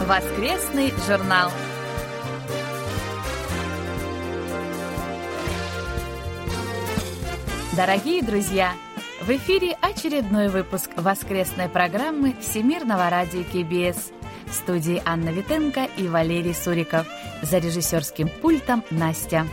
Воскресный журнал. Дорогие друзья, в эфире очередной выпуск воскресной программы Всемирного радио КБС. В студии Анна Витенко и Валерий Суриков. За режиссерским пультом Настя.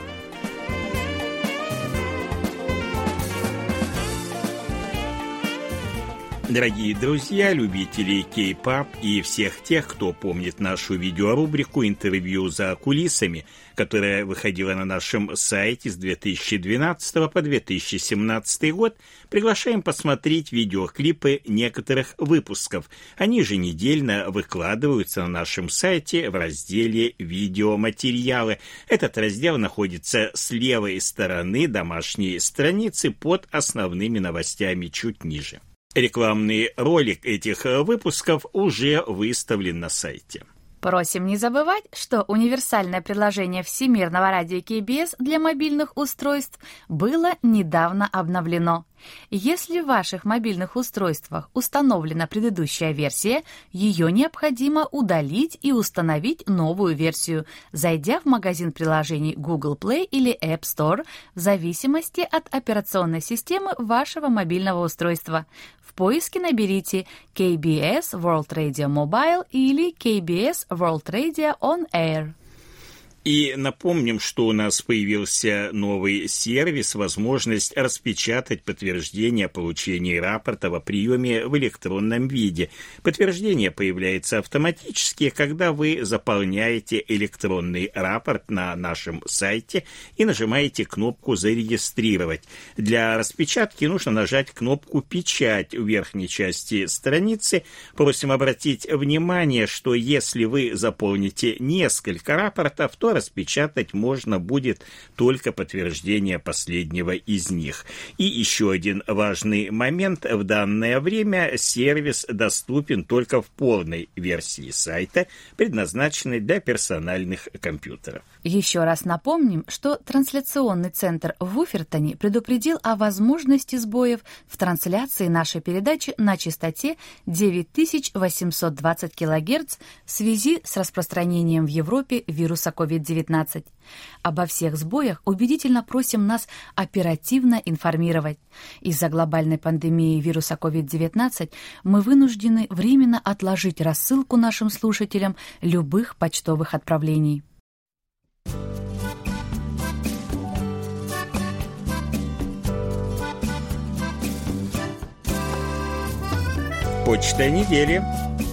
Дорогие друзья, любители кей-поп и всех тех, кто помнит нашу видеорубрику «Интервью за кулисами», которая выходила на нашем сайте с 2012 по 2017 год, приглашаем посмотреть видеоклипы некоторых выпусков. Они еженедельно выкладываются на нашем сайте в разделе «Видеоматериалы». Этот раздел находится с левой стороны домашней страницы под основными новостями чуть ниже. Рекламный ролик этих выпусков уже выставлен на сайте. Просим не забывать, что универсальное приложение Всемирного радио КБС для мобильных устройств было недавно обновлено. Если в ваших мобильных устройствах установлена предыдущая версия, ее необходимо удалить и установить новую версию, зайдя в магазин приложений Google Play или App Store в зависимости от операционной системы вашего мобильного устройства. В поиске наберите KBS World Radio Mobile или KBS World Radio On Air. И напомним, что у нас появился новый сервис, возможность распечатать подтверждение о получении рапорта о приеме в электронном виде. Подтверждение появляется автоматически, когда вы заполняете электронный рапорт на нашем сайте и нажимаете кнопку «Зарегистрировать». Для распечатки нужно нажать кнопку «Печать» в верхней части страницы. Просим обратить внимание, что если вы заполните несколько рапортов, то распечатать можно будет только подтверждение последнего из них. И еще один важный момент. В данное время сервис доступен только в полной версии сайта, предназначенной для персональных компьютеров. Еще раз напомним, что трансляционный центр в Уфертоне предупредил о возможности сбоев в трансляции нашей передачи на частоте 9820 кГц в связи с распространением в Европе вируса COVID-19. Обо всех сбоях убедительно просим нас оперативно информировать. Из-за глобальной пандемии вируса COVID-19 мы вынуждены временно отложить рассылку нашим слушателям любых почтовых отправлений. Почта недели.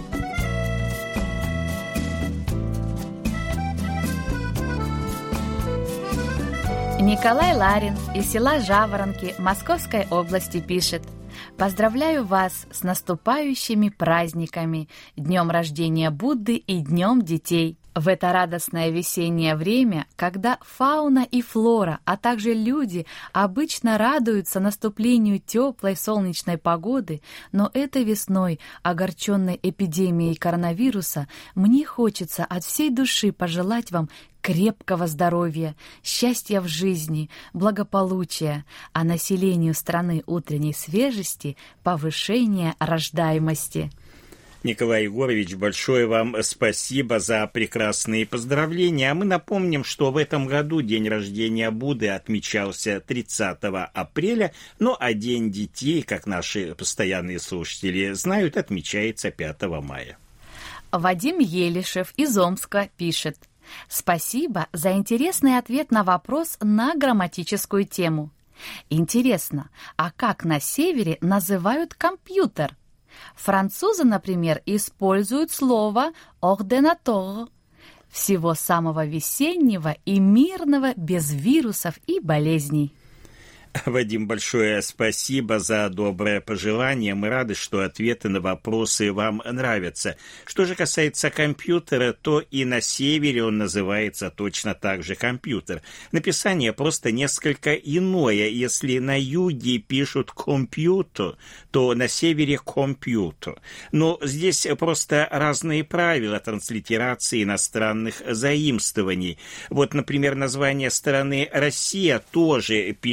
Николай Ларин из села Жаворонки Московской области пишет: «Поздравляю вас с наступающими праздниками, днем рождения Будды и днем детей. В это радостное весеннее время, когда фауна и флора, а также люди обычно радуются наступлению теплой солнечной погоды, но этой весной, огорченной эпидемией коронавируса, мне хочется от всей души пожелать вам крепкого здоровья, счастья в жизни, благополучия, а населению страны утренней свежести, повышения рождаемости». Николай Егорович, большое вам спасибо за прекрасные поздравления. А мы напомним, что в этом году день рождения Будды отмечался 30 апреля, а День детей, как наши постоянные слушатели знают, отмечается 5 мая. Вадим Елишев из Омска пишет: «Спасибо за интересный ответ на вопрос на грамматическую тему. Интересно, а как на севере называют компьютер? Французы, например, используют слово «ordinateur». Всего самого весеннего и мирного, без вирусов и болезней». Вадим, большое спасибо за доброе пожелание. Мы рады, что ответы на вопросы вам нравятся. Что же касается компьютера, то и на севере он называется точно так же компьютер. Написание просто несколько иное. Если на юге пишут компьютер, то на севере компьютер. Но здесь просто разные правила транслитерации иностранных заимствований. Вот, например, название страны Россия тоже пишется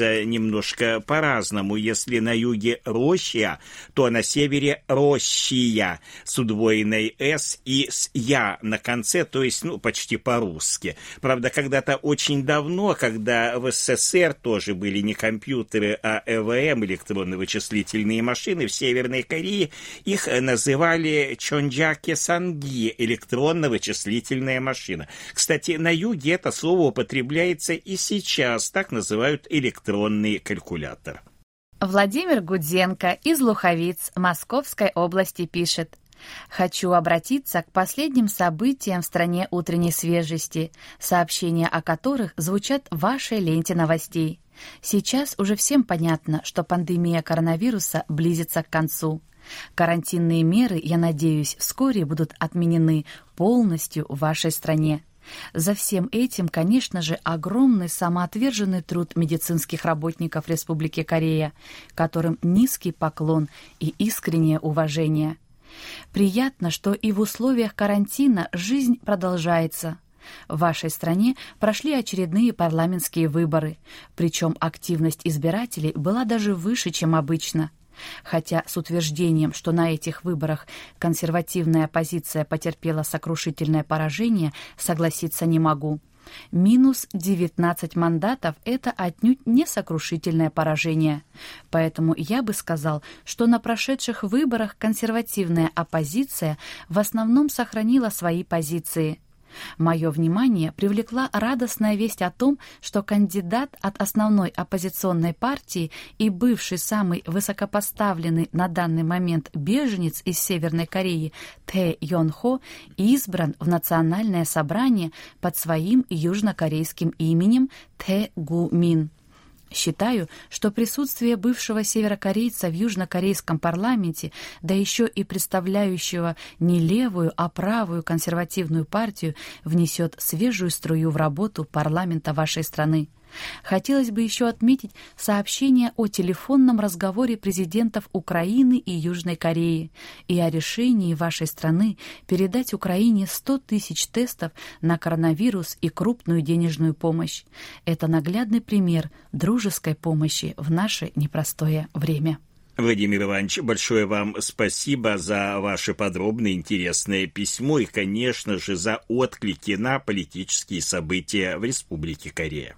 пишется немножко по-разному. Если на юге Россия, то на севере Россия с удвоенной «с» и с «я» на конце, то есть почти по-русски. Правда, когда-то очень давно, когда в СССР тоже были не компьютеры, а ЭВМ, электронно-вычислительные машины, в Северной Корее их называли чонджаке-санги, электронно-вычислительная машина. Кстати, на юге это слово употребляется и сейчас, так называют электронный калькулятор. Владимир Гудзенко из Луховиц Московской области пишет: «Хочу обратиться к последним событиям в стране утренней свежести, сообщения о которых звучат в вашей ленте новостей. Сейчас уже всем понятно, что пандемия коронавируса близится к концу. Карантинные меры, я надеюсь, вскоре будут отменены полностью в вашей стране. За всем этим, конечно же, огромный самоотверженный труд медицинских работников Республики Корея, которым низкий поклон и искреннее уважение. Приятно, что и в условиях карантина жизнь продолжается. В вашей стране прошли очередные парламентские выборы, причем активность избирателей была даже выше, чем обычно. Хотя с утверждением, что на этих выборах консервативная оппозиция потерпела сокрушительное поражение, согласиться не могу. Минус 19 мандатов – это отнюдь не сокрушительное поражение. Поэтому я бы сказал, что на прошедших выборах консервативная оппозиция в основном сохранила свои позиции. Мое внимание привлекла радостная весть о том, что кандидат от основной оппозиционной партии и бывший самый высокопоставленный на данный момент беженец из Северной Кореи Тэ Йон Хо избран в Национальное собрание под своим южнокорейским именем Тэ Гу Мин. Считаю, что присутствие бывшего северокорейца в южнокорейском парламенте, да еще и представляющего не левую, а правую консервативную партию, внесет свежую струю в работу парламента вашей страны. Хотелось бы еще отметить сообщение о телефонном разговоре президентов Украины и Южной Кореи и о решении вашей страны передать Украине 100 тысяч тестов на коронавирус и крупную денежную помощь. Это наглядный пример дружеской помощи в наше непростое время. Владимир Иванович, большое вам спасибо за ваше подробное интересное письмо и, конечно же, за отклики на политические события в Республике Корея.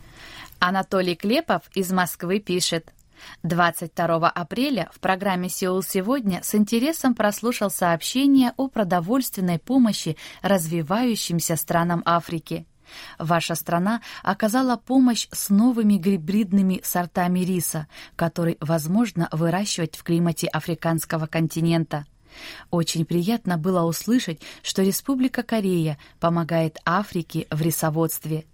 Анатолий Клепов из Москвы пишет: 22 апреля в программе «Сеул сегодня» с интересом прослушал сообщение о продовольственной помощи развивающимся странам Африки. Ваша страна оказала помощь с новыми гибридными сортами риса, который возможно выращивать в климате африканского континента. Очень приятно было услышать, что Республика Корея помогает Африке в рисоводстве.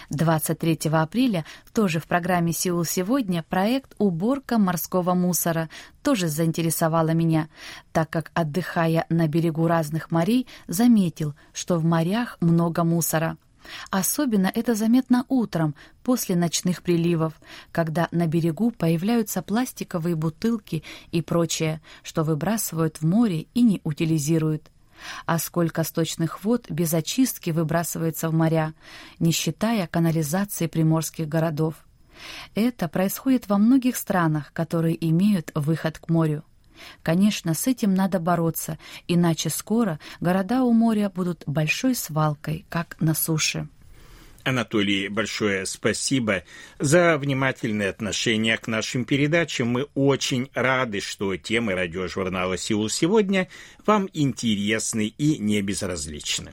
23 апреля тоже в программе «Сеул сегодня» проект «Уборка морского мусора» тоже заинтересовала меня, так как, отдыхая на берегу разных морей, заметил, что в морях много мусора. Особенно это заметно утром, после ночных приливов, когда на берегу появляются пластиковые бутылки и прочее, что выбрасывают в море и не утилизируют. А сколько сточных вод без очистки выбрасывается в моря, не считая канализации приморских городов. Это происходит во многих странах, которые имеют выход к морю. Конечно, с этим надо бороться, иначе скоро города у моря будут большой свалкой, как на суше. Анатолий, большое спасибо за внимательное отношение к нашим передачам. Мы очень рады, что темы радиожурнала «Сеул сегодня» вам интересны и не безразличны.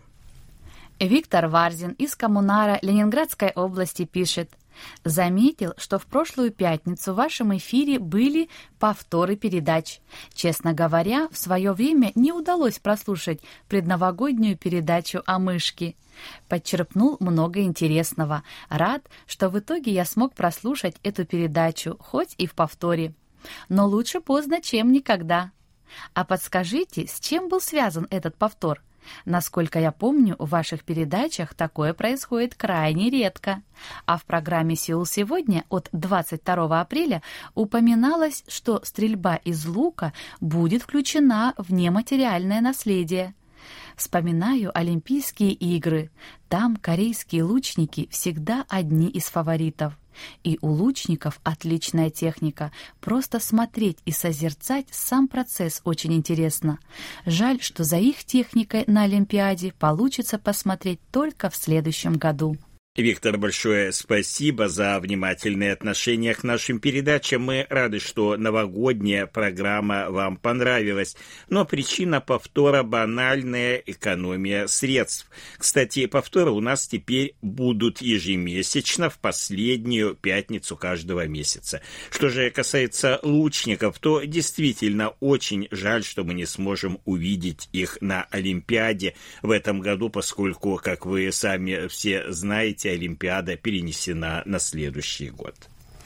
Виктор Варзин из Коммунара Ленинградской области пишет: заметил, что в прошлую пятницу в вашем эфире были повторы передач. Честно говоря, в свое время не удалось прослушать предновогоднюю передачу о мышке. Подчерпнул много интересного. Рад, что в итоге я смог прослушать эту передачу, хоть и в повторе. Но лучше поздно, чем никогда. А подскажите, с чем был связан этот повтор? Насколько я помню, в ваших передачах такое происходит крайне редко. А в программе «Сеул сегодня» от 22 апреля упоминалось, что стрельба из лука будет включена в нематериальное наследие. Вспоминаю Олимпийские игры. Там корейские лучники всегда одни из фаворитов. И у лучников отличная техника. Просто смотреть и созерцать сам процесс очень интересно. Жаль, что за их техникой на Олимпиаде получится посмотреть только в следующем году. Виктор, большое спасибо за внимательное отношение к нашим передачам. Мы рады, что новогодняя программа вам понравилась. Но причина повтора – банальная экономия средств. Кстати, повторы у нас теперь будут ежемесячно в последнюю пятницу каждого месяца. Что же касается лучников, то действительно очень жаль, что мы не сможем увидеть их на Олимпиаде в этом году, поскольку, как вы сами все знаете, Олимпиада перенесена на следующий год.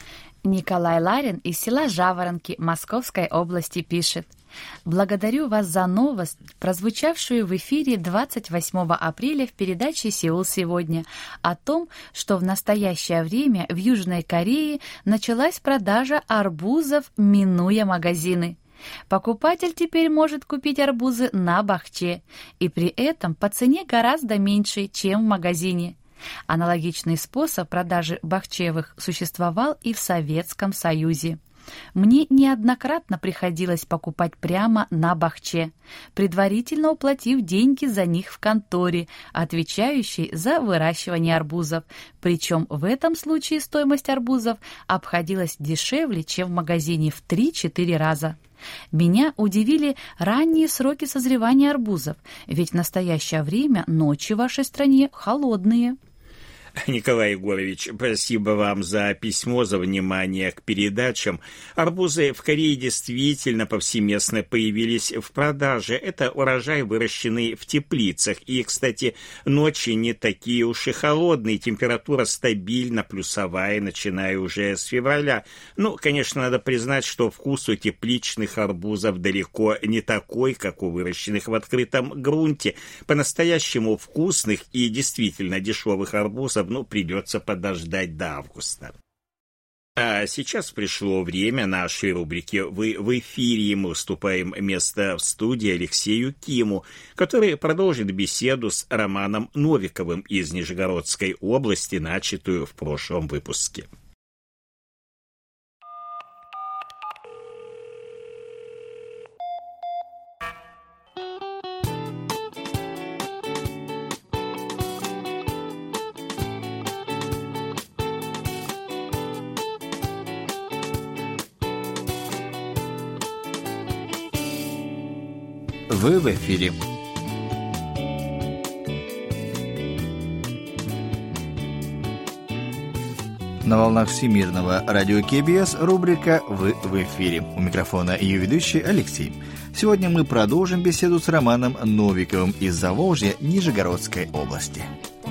Николай Ларин из села Жаворонки Московской области пишет: «Благодарю вас за новость, прозвучавшую в эфире 28 апреля в передаче «Сеул сегодня», о том, что в настоящее время в Южной Корее началась продажа арбузов, минуя магазины. Покупатель теперь может купить арбузы на бахче, и при этом по цене гораздо меньше, чем в магазине. Аналогичный способ продажи бахчевых существовал и в Советском Союзе. Мне неоднократно приходилось покупать прямо на бахче, предварительно уплатив деньги за них в конторе, отвечающей за выращивание арбузов. Причем в этом случае стоимость арбузов обходилась дешевле, чем в магазине в 3-4 раза. Меня удивили ранние сроки созревания арбузов, ведь в настоящее время ночи в вашей стране холодные». Николай Егорович, спасибо вам за письмо, за внимание к передачам. Арбузы в Корее действительно повсеместно появились в продаже. Это урожай, выращенный в теплицах. И, кстати, ночи не такие уж и холодные. Температура стабильно плюсовая, начиная уже с февраля. Ну, конечно, надо признать, что вкус у тепличных арбузов далеко не такой, как у выращенных в открытом грунте. По-настоящему вкусных и действительно дешевых арбузов придется подождать до августа. А сейчас пришло время нашей рубрики «Вы в эфире». Мы уступаем место в студии Алексею Киму, который продолжит беседу с Романом Новиковым из Нижегородской области, начатую в прошлом выпуске. Вы в эфире. На волнах Всемирного радио КБС рубрика «Вы в эфире». У микрофона ее ведущий Алексей. Сегодня мы продолжим беседу с Романом Новиковым из Заволжья Нижегородской области.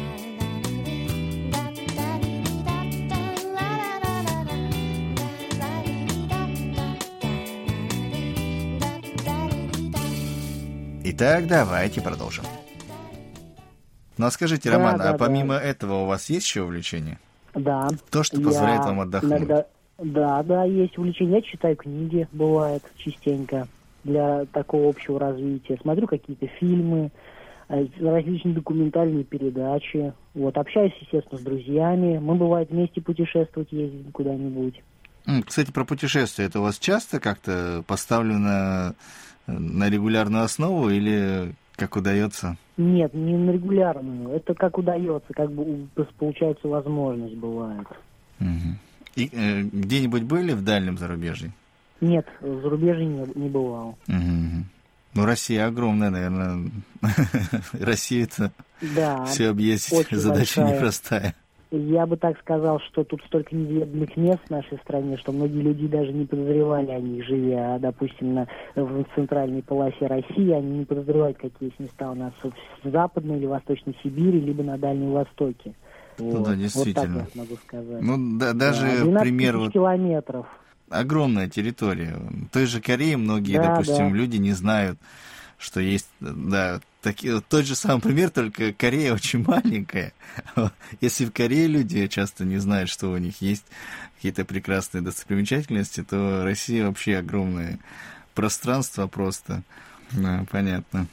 Итак, давайте продолжим. Ну, а скажите, Роман, помимо этого у вас есть еще увлечение? Да. То, что позволяет вам отдохнуть? Да, есть увлечение. Я читаю книги, бывает, частенько, для такого общего развития. Смотрю какие-то фильмы, различные документальные передачи. Общаюсь, естественно, с друзьями. Мы, бывает, вместе путешествовать, ездим куда-нибудь. Кстати, про путешествия. Это у вас часто как-то поставлено на регулярную основу или как удается? Нет, не на регулярную. Это как удается, как бы получается возможность бывает. Угу. И где-нибудь были в дальнем зарубежье? Нет, в зарубежье не бывал. Угу. Ну, Россия огромная, наверное. Россия-то все объездить задача непростая. Я бы так сказал, что тут столько неизведанных мест в нашей стране, что многие люди даже не подозревали о них, живя, допустим, в центральной полосе России, они не подозревают, какие есть места у нас в Западной или Восточной Сибири, либо на Дальнем Востоке. Ну да, действительно. Вот так я могу сказать. Ну, даже, к примеру, километров. Огромная территория. В той же Корее многие, допустим, люди не знают, что есть, тот же самый пример, только Корея очень маленькая. Если в Корее люди часто не знают, что у них есть какие-то прекрасные достопримечательности, то Россия вообще огромное пространство просто. Да, понятно.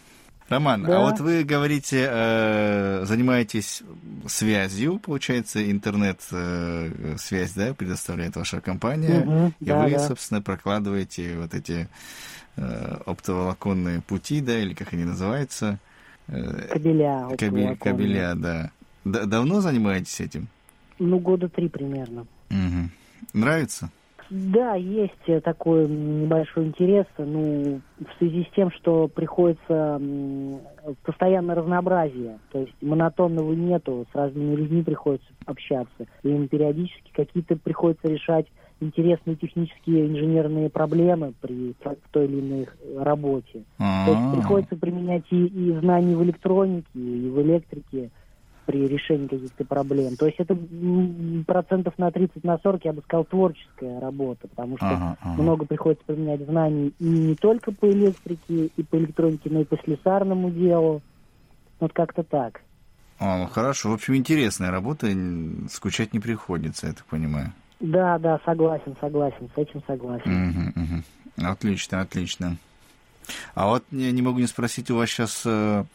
Роман, Да. а вот вы говорите, занимаетесь связью, получается, интернет-связь, да, предоставляет ваша компания, и да, вы, да. собственно, прокладываете вот эти оптоволоконные пути, да, или как они называются? Кабеля. Кабеля, да. Давно занимаетесь этим? Ну, 3 года примерно. Угу. Нравится? Да, есть такой небольшой интерес, ну, в связи с тем, что приходится постоянно разнообразие, то есть монотонного нету, с разными людьми приходится общаться, и им периодически какие-то приходится решать интересные технические инженерные проблемы при той или иной работе. То есть приходится применять и знания в электронике, и в электрике при решении каких-то проблем. То есть это процентов на 30-40, я бы сказал, творческая работа, потому что много приходится применять знаний и не только по электрике, и по электронике, но и по слесарному делу. Вот как-то так. Ну хорошо. В общем, интересная работа, скучать не приходится, я так понимаю. Да, согласен, с этим согласен. Отлично. А вот я не могу не спросить, у вас сейчас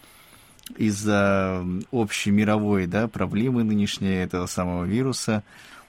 из-за общей мировой, да, проблемы нынешней этого самого вируса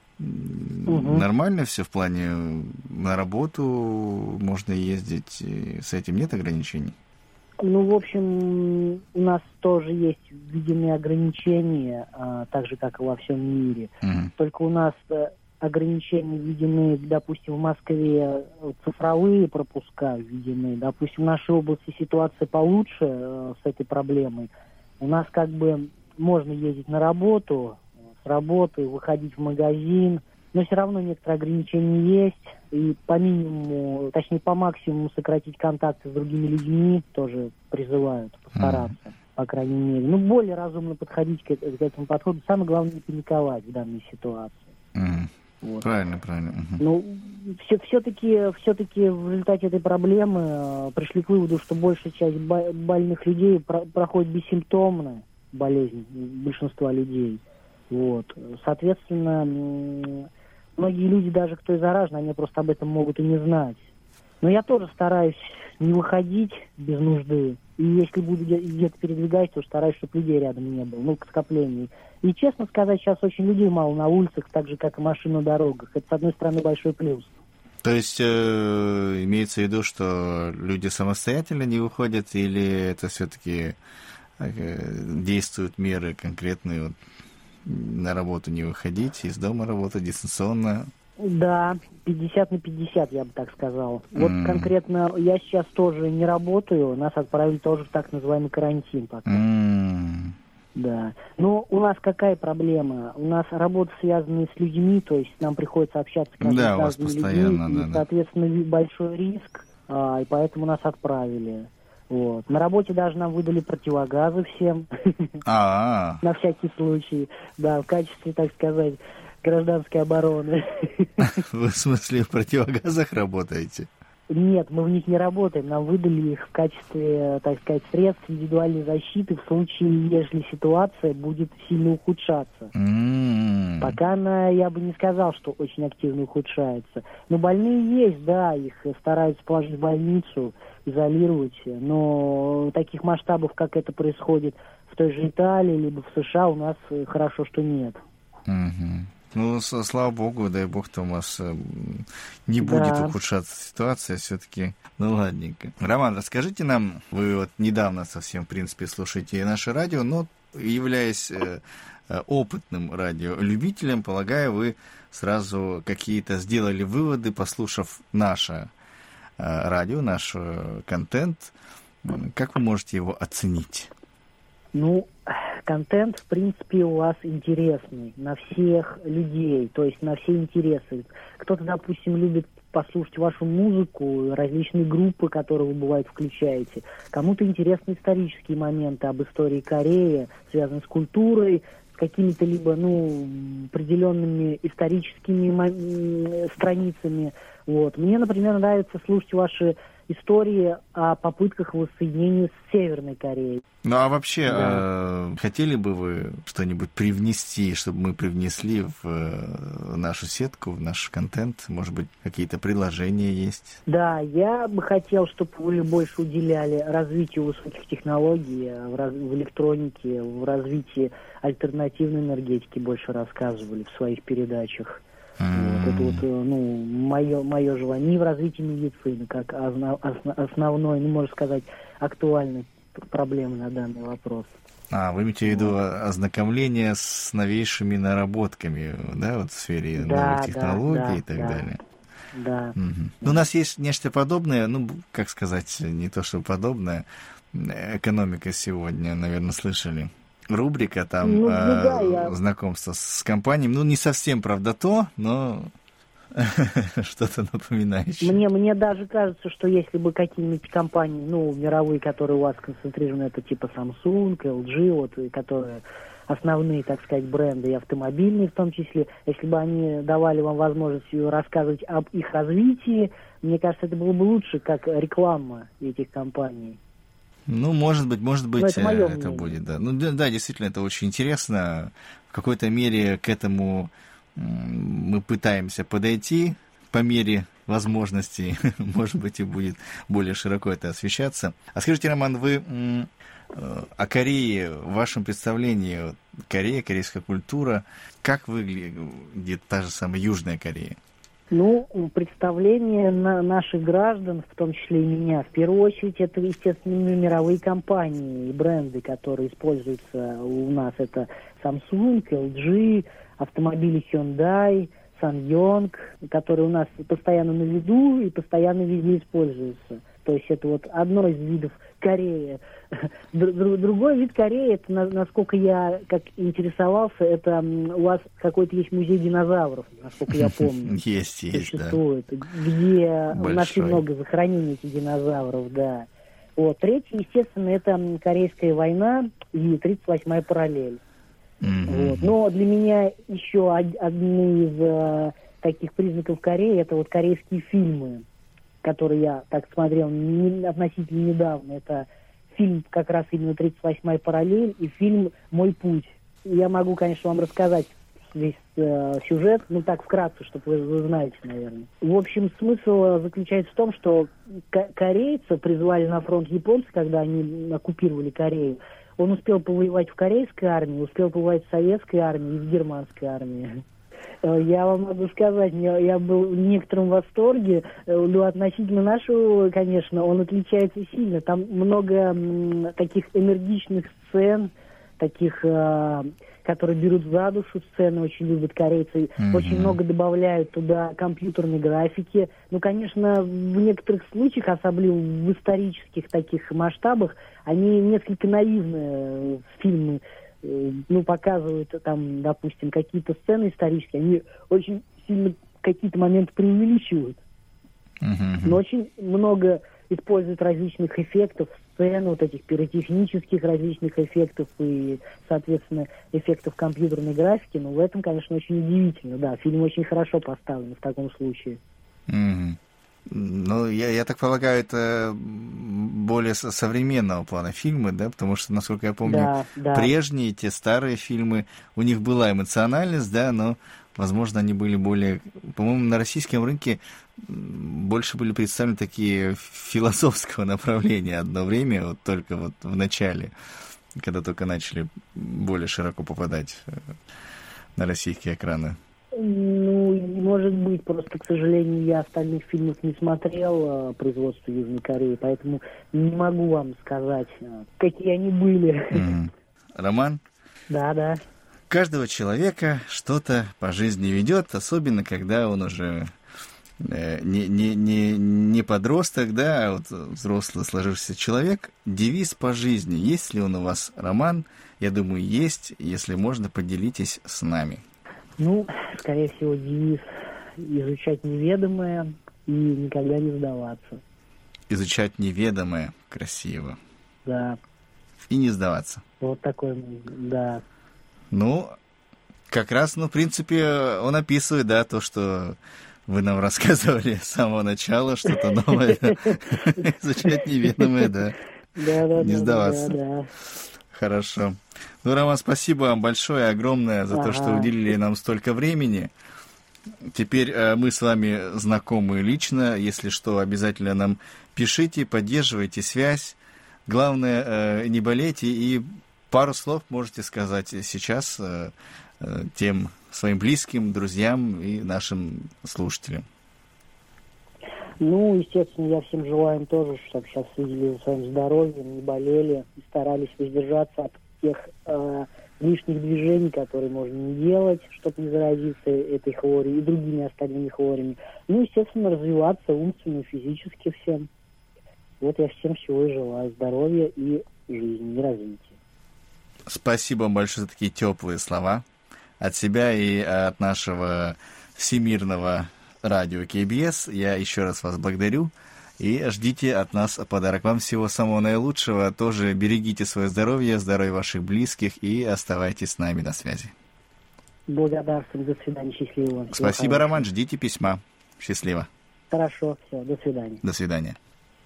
нормально все в плане на работу можно ездить, с этим нет ограничений? Ну, в общем, у нас тоже есть введены ограничения, так же, как и во всем мире. Только у нас ограничения введены, допустим, в Москве цифровые пропуска введены. Допустим, в нашей области ситуация получше с этой проблемой. У нас как бы можно ездить на работу, с работы, выходить в магазин, но все равно некоторые ограничения есть. И по минимуму, точнее по максимуму сократить контакты с другими людьми тоже призывают постараться, по крайней мере. Ну, более разумно подходить к этому подходу. Самое главное, не паниковать в данной ситуации. Вот. Правильно. Ну, все-таки в результате этой проблемы пришли к выводу, что большая часть больных людей проходит бессимптомно болезнь большинства людей. Вот. Соответственно, многие люди, даже кто и заражен, они просто об этом могут и не знать. Но я тоже стараюсь не выходить без нужды. И если буду где-то передвигать, то стараюсь, чтобы людей рядом не было, ну, к скоплению. И, честно сказать, сейчас очень людей мало на улицах, так же, как и машин на дорогах. Это, с одной стороны, большой плюс. То есть имеется в виду, что люди самостоятельно не выходят, или это все-таки действуют меры конкретные, вот, на работу не выходить, из дома работать дистанционно? Да, 50/50, я бы так сказал. Вот конкретно я сейчас тоже не работаю, нас отправили тоже в так называемый карантин пока. Да. Но у нас какая проблема? У нас работа связана с людьми, то есть нам приходится общаться с разными людьми, и, соответственно, большой риск, и поэтому нас отправили. Вот. На работе даже нам выдали противогазы всем, на всякий случай, да, в качестве, так сказать, гражданской обороны. Вы, в смысле, в противогазах работаете? Нет, мы в них не работаем. Нам выдали их в качестве, так сказать, средств индивидуальной защиты в случае, если ситуация будет сильно ухудшаться. Пока она, я бы не сказал, что очень активно ухудшается. Но больные есть, да, их стараются положить в больницу, изолировать. Но таких масштабов, как это происходит в той же Италии, либо в США, у нас хорошо, что нет. Ну, слава богу, дай бог, там у вас не будет ухудшаться ситуация все-таки. Ну, ладненько. Роман, расскажите нам, вы вот недавно совсем, в принципе, слушаете наше радио, но, являясь опытным радиолюбителем, полагаю, вы сразу какие-то сделали выводы, послушав наше радио, наш контент. Как вы можете его оценить? Ну, контент, в принципе, у вас интересный на всех людей, то есть на все интересы. Кто-то, допустим, любит послушать вашу музыку, различные группы, которые вы, бывает, включаете. Кому-то интересны исторические моменты об истории Кореи, связанные с культурой, с какими-то либо, определенными историческими страницами. Вот. Мне, например, нравится слушать ваши истории о попытках воссоединения с Северной Кореей. Ну а вообще, хотели бы вы что-нибудь привнести, чтобы мы привнесли в нашу сетку, в наш контент? Может быть, какие-то предложения есть? Да, я бы хотел, чтобы вы больше уделяли развитию высоких технологий в электронике, в развитии альтернативной энергетики больше рассказывали в своих передачах. Вот, это вот, мое желание. И в развитии медицины, как основной, можно сказать, актуальной проблемы на данный вопрос. Вы имеете в виду ознакомление с новейшими наработками, да, вот в сфере новых технологий и так далее? Да. Угу. У нас есть нечто подобное, как сказать, не то что подобное, экономика сегодня, наверное, слышали. Рубрика там знакомство с компаниями. Не совсем, правда, но что-то напоминающее. Мне даже кажется, что если бы какие-нибудь компании, мировые, которые у вас сконцентрированы, это типа Samsung, LG, которые основные, так сказать, бренды и автомобильные в том числе, если бы они давали вам возможность рассказывать об их развитии, мне кажется, это было бы лучше, как реклама этих компаний. Может быть, это будет, да. Да, действительно, это очень интересно. В какой-то мере к этому мы пытаемся подойти по мере возможностей. Может быть, и будет более широко это освещаться. А скажите, Роман, вы о Корее, в вашем представлении, Корея, корейская культура, как выглядит та же самая Южная Корея? Представление наших граждан, в том числе и меня, в первую очередь, это, естественно, мировые компании и бренды, которые используются у нас. Это Samsung, LG, автомобили Hyundai, SsangYong, которые у нас постоянно на виду и постоянно везде используются. То есть это вот одно из видов Кореи. Другой вид Кореи, это, насколько я как интересовался, это у вас какой-то есть музей динозавров, насколько я помню. Есть, существует, да. Где нашли много захоронений этих динозавров, да. Вот. Третий, естественно, это Корейская война и 38-я параллель. Вот. Но для меня еще одни из таких признаков Кореи, это вот корейские фильмы, который я так смотрел относительно недавно. Это фильм как раз именно «38-я параллель» и фильм «Мой путь». Я могу, конечно, вам рассказать весь сюжет, так вкратце, чтобы вы знаете, наверное. В общем, смысл заключается в том, что корейцы призвали на фронт японцев, когда они оккупировали Корею. Он успел повоевать в корейской армии, успел повоевать в советской армии и в германской армии. Я вам могу сказать, я был в некотором восторге, относительно нашего, конечно, он отличается сильно. Там много таких энергичных сцен, таких, которые берут за душу сцены, очень любят корейцы. Очень много добавляют туда компьютерной графики. Конечно, в некоторых случаях, особенно в исторических таких масштабах, они несколько наивные фильмы. Показывают там, допустим, какие-то сцены исторические, они очень сильно какие-то моменты преувеличивают. Но очень много используют различных эффектов, сцен, вот этих пиротехнических различных эффектов и, соответственно, эффектов компьютерной графики. В этом, конечно, очень удивительно. Да, фильм очень хорошо поставлен в таком случае. Я так полагаю, это более современного плана фильмы, да, потому что, насколько я помню, прежние, те старые фильмы, у них была эмоциональность, да, но, возможно, они были более... По-моему, на российском рынке больше были представлены такие философского направления одно время, вот только вот в начале, когда только начали более широко попадать на российские экраны. Может быть, просто, к сожалению, я остальных фильмов не смотрел производства Южной Кореи, поэтому не могу вам сказать, какие они были. Роман? Да. Каждого человека что-то по жизни ведет, особенно когда он уже не подросток, да, а вот взрослый сложившийся человек. Девиз по жизни. Есть ли он у вас, Роман? Я думаю, есть. Если можно, поделитесь с нами. Скорее всего, девиз изучать неведомое и никогда не сдаваться. Изучать неведомое, красиво. Да. И не сдаваться. Вот такой, да. Как раз, в принципе, он описывает, да, то, что Вы нам рассказывали с самого начала что-то новое, изучать неведомое, да. Не сдаваться. Хорошо. Ну, Роман, спасибо вам большое, огромное за то, что уделили нам столько времени. Теперь мы с вами знакомы лично. Если что, обязательно нам пишите, поддерживайте связь. Главное, не болейте. И пару слов можете сказать сейчас тем своим близким, друзьям и нашим слушателям. Ну, естественно, я всем желаю тоже, чтобы сейчас следили за своим здоровьем, не болели и старались воздержаться от тех лишних движений, которые можно не делать, чтобы не заразиться этой хворью и другими остальными хворями. Ну, естественно, развиваться умственно, физически всем. Вот я всем всего и желаю. Здоровья и жизни, и развития. Спасибо вам большое за такие теплые слова. От себя и от нашего всемирного радио КБС я еще раз вас благодарю. И ждите от нас подарок. Вам всего самого наилучшего. Тоже берегите свое здоровье, здоровье ваших близких и оставайтесь с нами на связи. Благодарствую. До свидания. Счастливо. Спасибо, Роман. Ждите письма. Счастливо. Хорошо. Все. До свидания. До свидания.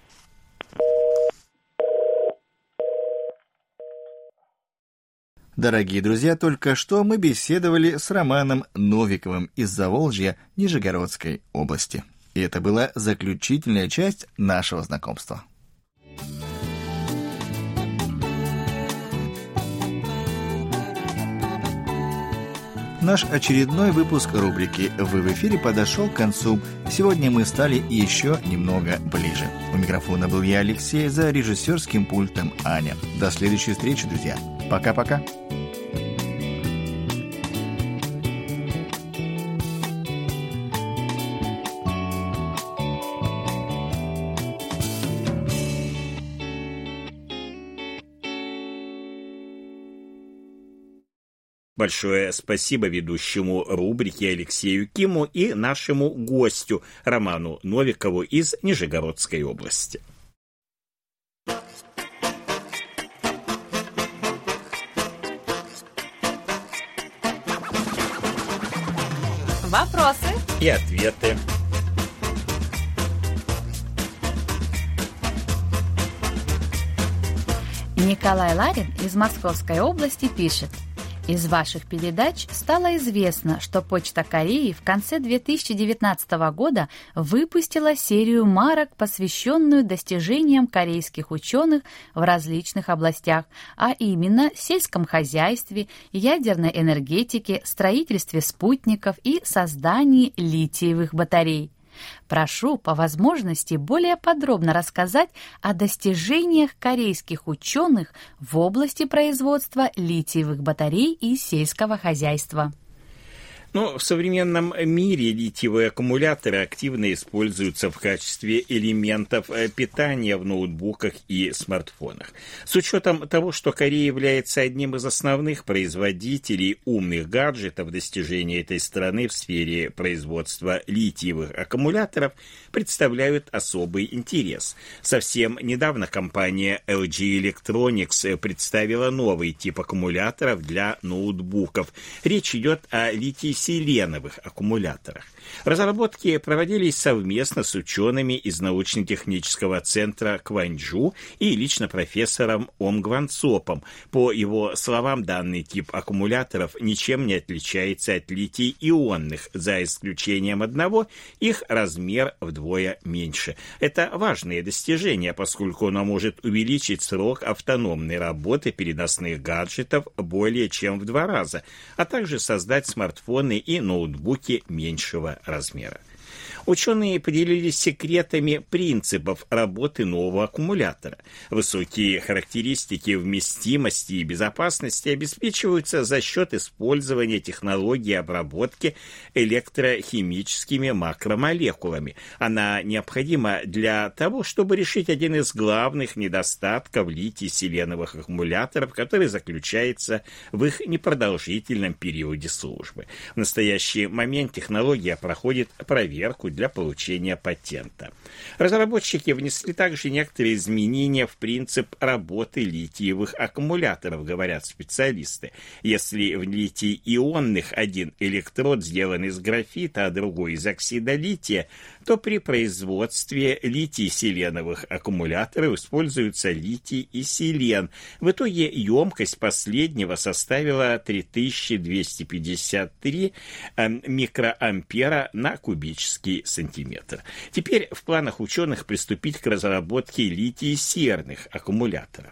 Дорогие друзья, только что мы беседовали с Романом Новиковым из Заволжья Нижегородской области. И это была заключительная часть нашего знакомства. Наш очередной выпуск рубрики «Вы в эфире» подошел к концу. Сегодня мы стали еще немного ближе. У микрофона был я, Алексей, за режиссерским пультом Аня. До следующей встречи, друзья. Пока-пока. Большое спасибо ведущему рубрики Алексею Киму и нашему гостю Роману Новикову из Нижегородской области. Вопросы и ответы. Николай Ларин из Московской области пишет: из ваших передач стало известно, что Почта Кореи в конце 2019 года выпустила серию марок, посвященную достижениям корейских ученых в различных областях, а именно сельском хозяйстве, ядерной энергетике, строительстве спутников и создании литиевых батарей. Прошу по возможности более подробно рассказать о достижениях корейских ученых в области производства литиевых батарей и сельского хозяйства. Но в современном мире литиевые аккумуляторы активно используются в качестве элементов питания в ноутбуках и смартфонах. С учетом того, что Корея является одним из основных производителей умных гаджетов, достижения этой страны в сфере производства литиевых аккумуляторов представляют особый интерес. Совсем недавно компания LG Electronics представила новый тип аккумуляторов для ноутбуков. Речь идет о литий-селеновых аккумуляторах. Разработки проводились совместно с учеными из научно-технического центра Кванджу и лично профессором Ом Гванцопом. По его словам, данный тип аккумуляторов ничем не отличается от литий-ионных, за исключением одного, их размер вдвое меньше. Это важные достижения, поскольку оно может увеличить срок автономной работы переносных гаджетов более чем в 2 раза, а также создать смартфоны и ноутбуки меньшего размера. Ученые поделились секретами принципов работы нового аккумулятора. Высокие характеристики вместимости и безопасности обеспечиваются за счет использования технологии обработки электрохимическими макромолекулами. Она необходима для того, чтобы решить один из главных недостатков литий-селеновых аккумуляторов, который заключается в их непродолжительном периоде службы. В настоящий момент технология проходит проверку для получения патента. Разработчики внесли также некоторые изменения в принцип работы литиевых аккумуляторов, говорят специалисты. Если в литий-ионных один электрод сделан из графита, а другой из оксида лития, то при производстве литий-селеновых аккумуляторов используются литий и селен. В итоге емкость последнего составила 3253 микроампера на кубический сантиметр. Теперь в планах ученых приступить к разработке литий-серных аккумуляторов.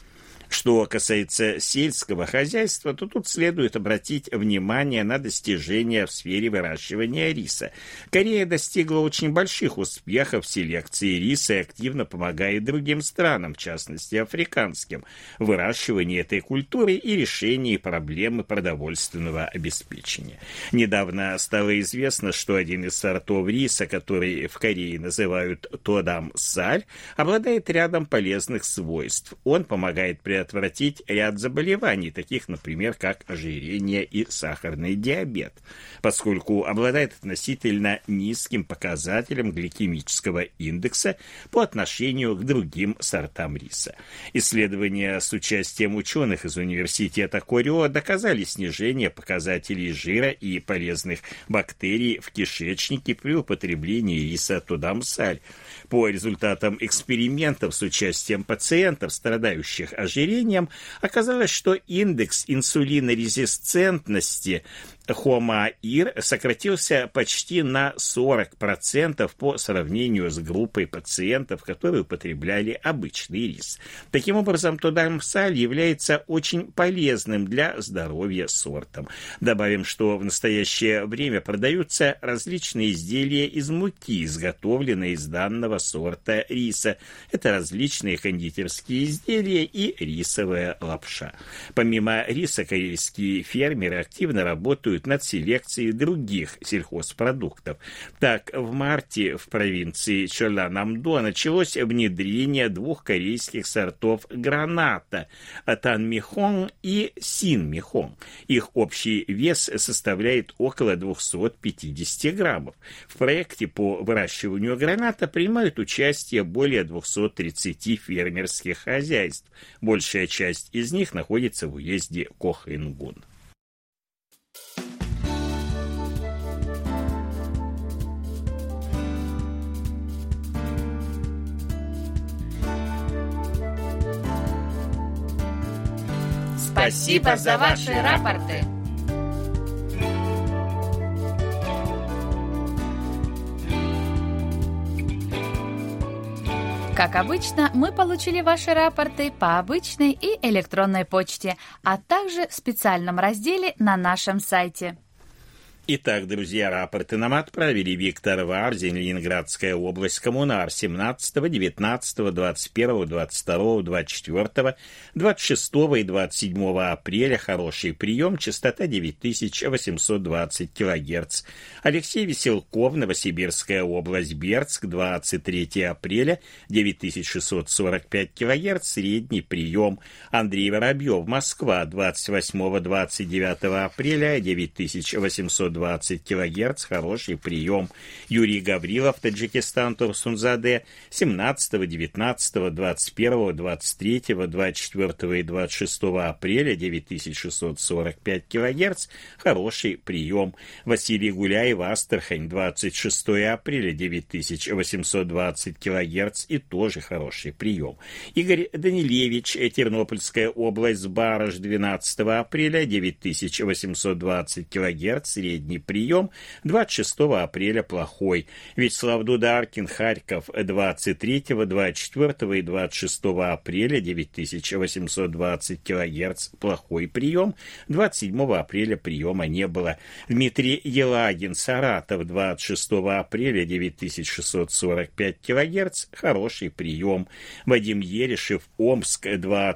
Что касается сельского хозяйства, то тут следует обратить внимание на достижения в сфере выращивания риса. Корея достигла очень больших успехов в селекции риса и активно помогает другим странам, в частности африканским, в выращивании этой культуры и решении проблемы продовольственного обеспечения. Недавно стало известно, что один из сортов риса, который в Корее называют тодам-саль, обладает рядом полезных свойств. Он помогает предотвратить ряд заболеваний, таких, например, как ожирение и сахарный диабет, поскольку обладает относительно низким показателем гликемического индекса по отношению к другим сортам риса. Исследования с участием ученых из университета Корё доказали снижение показателей жира и полезных бактерий в кишечнике при употреблении риса тодам-саль. По результатам экспериментов с участием пациентов, страдающих ожирением, оказалось, что индекс инсулинорезистентности HOMA-IR сократился почти на 40% по сравнению с группой пациентов, которые употребляли обычный рис. Таким образом, тодам-саль является очень полезным для здоровья сортом. Добавим, что в настоящее время продаются различные изделия из муки, изготовленные из данного сорта риса. Это различные кондитерские изделия и рисовая лапша. Помимо риса, корейские фермеры активно работают над селекцией других сельхозпродуктов. Так, в марте в провинции Чоланамдо началось внедрение двух корейских сортов граната – Танмихон и Синмихон. Их общий вес составляет около 250 граммов. В проекте по выращиванию граната принимают участие более 230 фермерских хозяйств. Большая часть из них находится в уезде Кохингун. Спасибо за ваши рапорты. Как обычно, мы получили ваши рапорты по обычной и электронной почте, а также в специальном разделе на нашем сайте. Итак, друзья, рапорты нам отправили Виктор Варзин, Ленинградская область, Коммунар, 17, 19, 21, 22, 24, 26 и 27 апреля. Хороший прием, частота 9820 кГц. Алексей Веселков, Новосибирская область, Бердск, 23 апреля, 9645 кГц, средний прием. Андрей Воробьев, Москва, 28-29 апреля, 9820 кГц, хороший прием. Юрий Гаврилов, Таджикистан, Турсунзаде, 17, 19, 21, 23, 24 и 26 апреля, 9645 кГц, хороший прием. Василий Гуляев, Астрахань, 26 апреля, 9820 кГц и тоже хороший прием. Игорь Данилевич, Тернопольская область, Барыш, 12 апреля, 9820 кГц, средний прием, 26 апреля плохой. Вячеслав Дударкин, Харьков, 23, 24 и 26 апреля, 9820 кГц, плохой прием, 27 апреля приема не было. Дмитрий Елагин, Саратов, 26 апреля, 9645 кГц, хороший прием. Вадим Ерешев, Омск,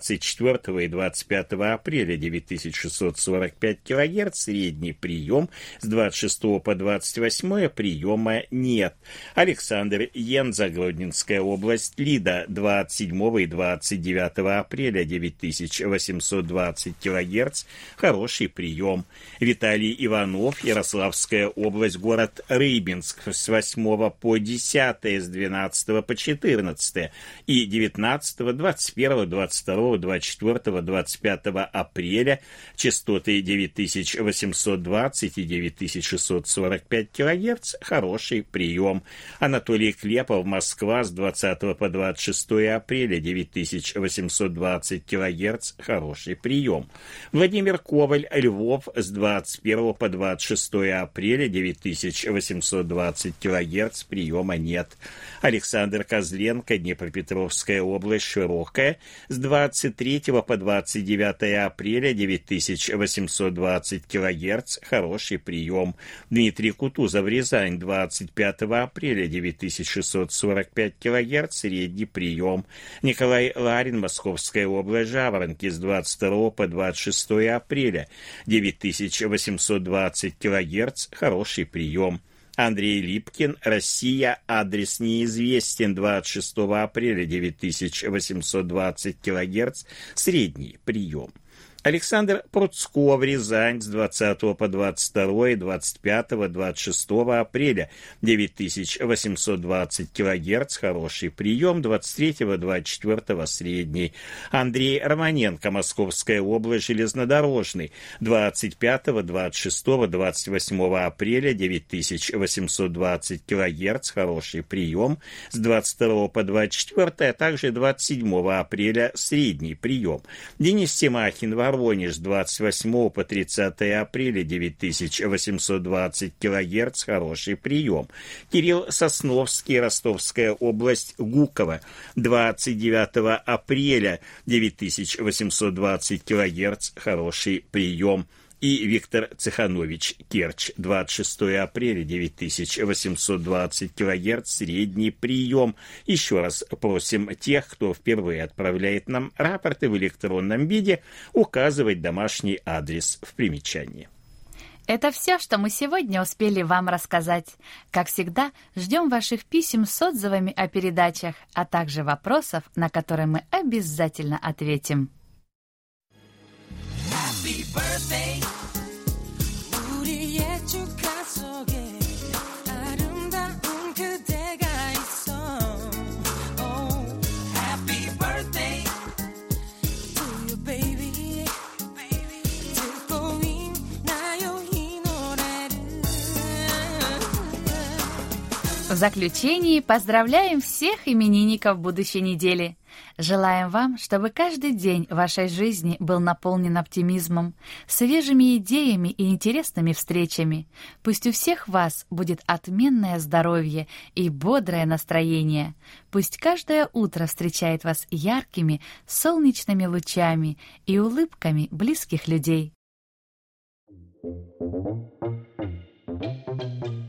24 и 25 апреля, 9645 кГц, средний прием, С 26 по 28 приема нет. Александр Енза, Гродненская область, Лида, 27 и 29 апреля 9820 кГц, хороший прием. Виталий Иванов, Ярославская область, город Рыбинск, с 8 по 10, с 12 по 14 и 19, 21, 22, 24, 25 апреля, частоты 9820 и 9645 кГц, хороший прием. Анатолий Клепов, Москва, с 20 по 26 апреля 9820 кГц, хороший прием. Владимир Коваль, Львов, с 21 по 26 апреля 9820 кГц, приема нет. Александр Козленко, Днепропетровская область, Широкая, с 23 по 29 апреля 9820 кГц, хороший прием. Дмитрий Кутузов, Рязань, 25 апреля 9645 кГц, средний прием. Николай Ларин, Московская область, Жаворонки, с 22 по 26 апреля 9820 кГц, хороший прием. Андрей Липкин, Россия, адрес неизвестен, 26 апреля 9820 кГц, средний прием. Александр Пруцков, Рязань, с 20 по 22, 25, 26 апреля 9820 кГц, хороший прием, 23, 24 средний. Андрей Романенко, Московская область, железнодорожный, 25, 26, 28 апреля 9820 кГц, хороший прием, с 22 по 24, а также 27 апреля средний прием. Денис Тимахин, Воронеж, с 28 по 30 апреля 9820 кГц, хороший прием. Кирилл Сосновский, Ростовская область, Гуково, 29 апреля 9820 кГц, хороший прием. И Виктор Цеханович, Керчь, 26 апреля 9820 кГц, средний прием. Еще раз просим тех, кто впервые отправляет нам рапорты в электронном виде, указывать домашний адрес в примечании. Это все, что мы сегодня успели вам рассказать. Как всегда, ждем ваших писем с отзывами о передачах, а также вопросов, на которые мы обязательно ответим. Happy birthday 우리의 축하 속에 아름다운 그대가 있어 Oh Happy birthday to you baby 듣고 있나요 이 노래를 В заключении поздравляем всех именинников будущей недели. Желаем вам, чтобы каждый день вашей жизни был наполнен оптимизмом, свежими идеями и интересными встречами. Пусть у всех вас будет отменное здоровье и бодрое настроение. Пусть каждое утро встречает вас яркими, солнечными лучами и улыбками близких людей.